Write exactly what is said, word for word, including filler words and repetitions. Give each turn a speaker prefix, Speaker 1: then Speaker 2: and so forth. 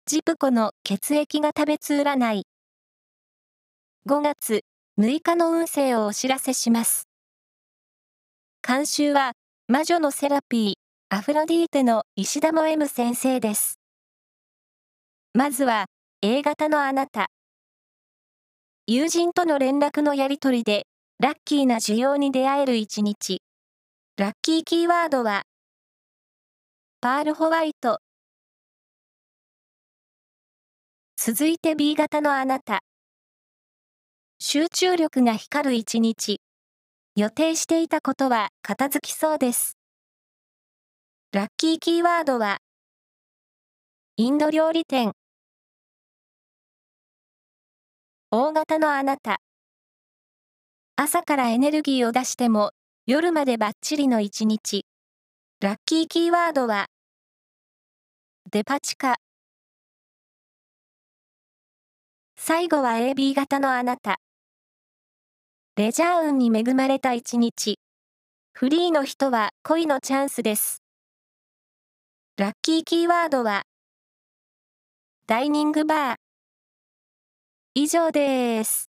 Speaker 1: ジプコの血液が食べつ占い。ごがつむいかの運勢をお知らせします。監修は、魔女のセラピー、アフロディーテの石田も M 先生です。まずは、A 型のあなた。友人との連絡のやりとりで、ラッキーな需要に出会える一日。ラッキーキーワードは、パールホワイト。続いて B 型のあなた。集中力が光る一日。予定していたことは片付きそうです。ラッキーキーワードは、インド料理店。O 型のあなた。朝からエネルギーを出しても、夜までバッチリの一日。ラッキーキーワードは、デパ地下。最後は エービー 型のあなた。レジャー運に恵まれた一日。フリーの人は恋のチャンスです。ラッキーキーワードは、ダイニングバー。以上です。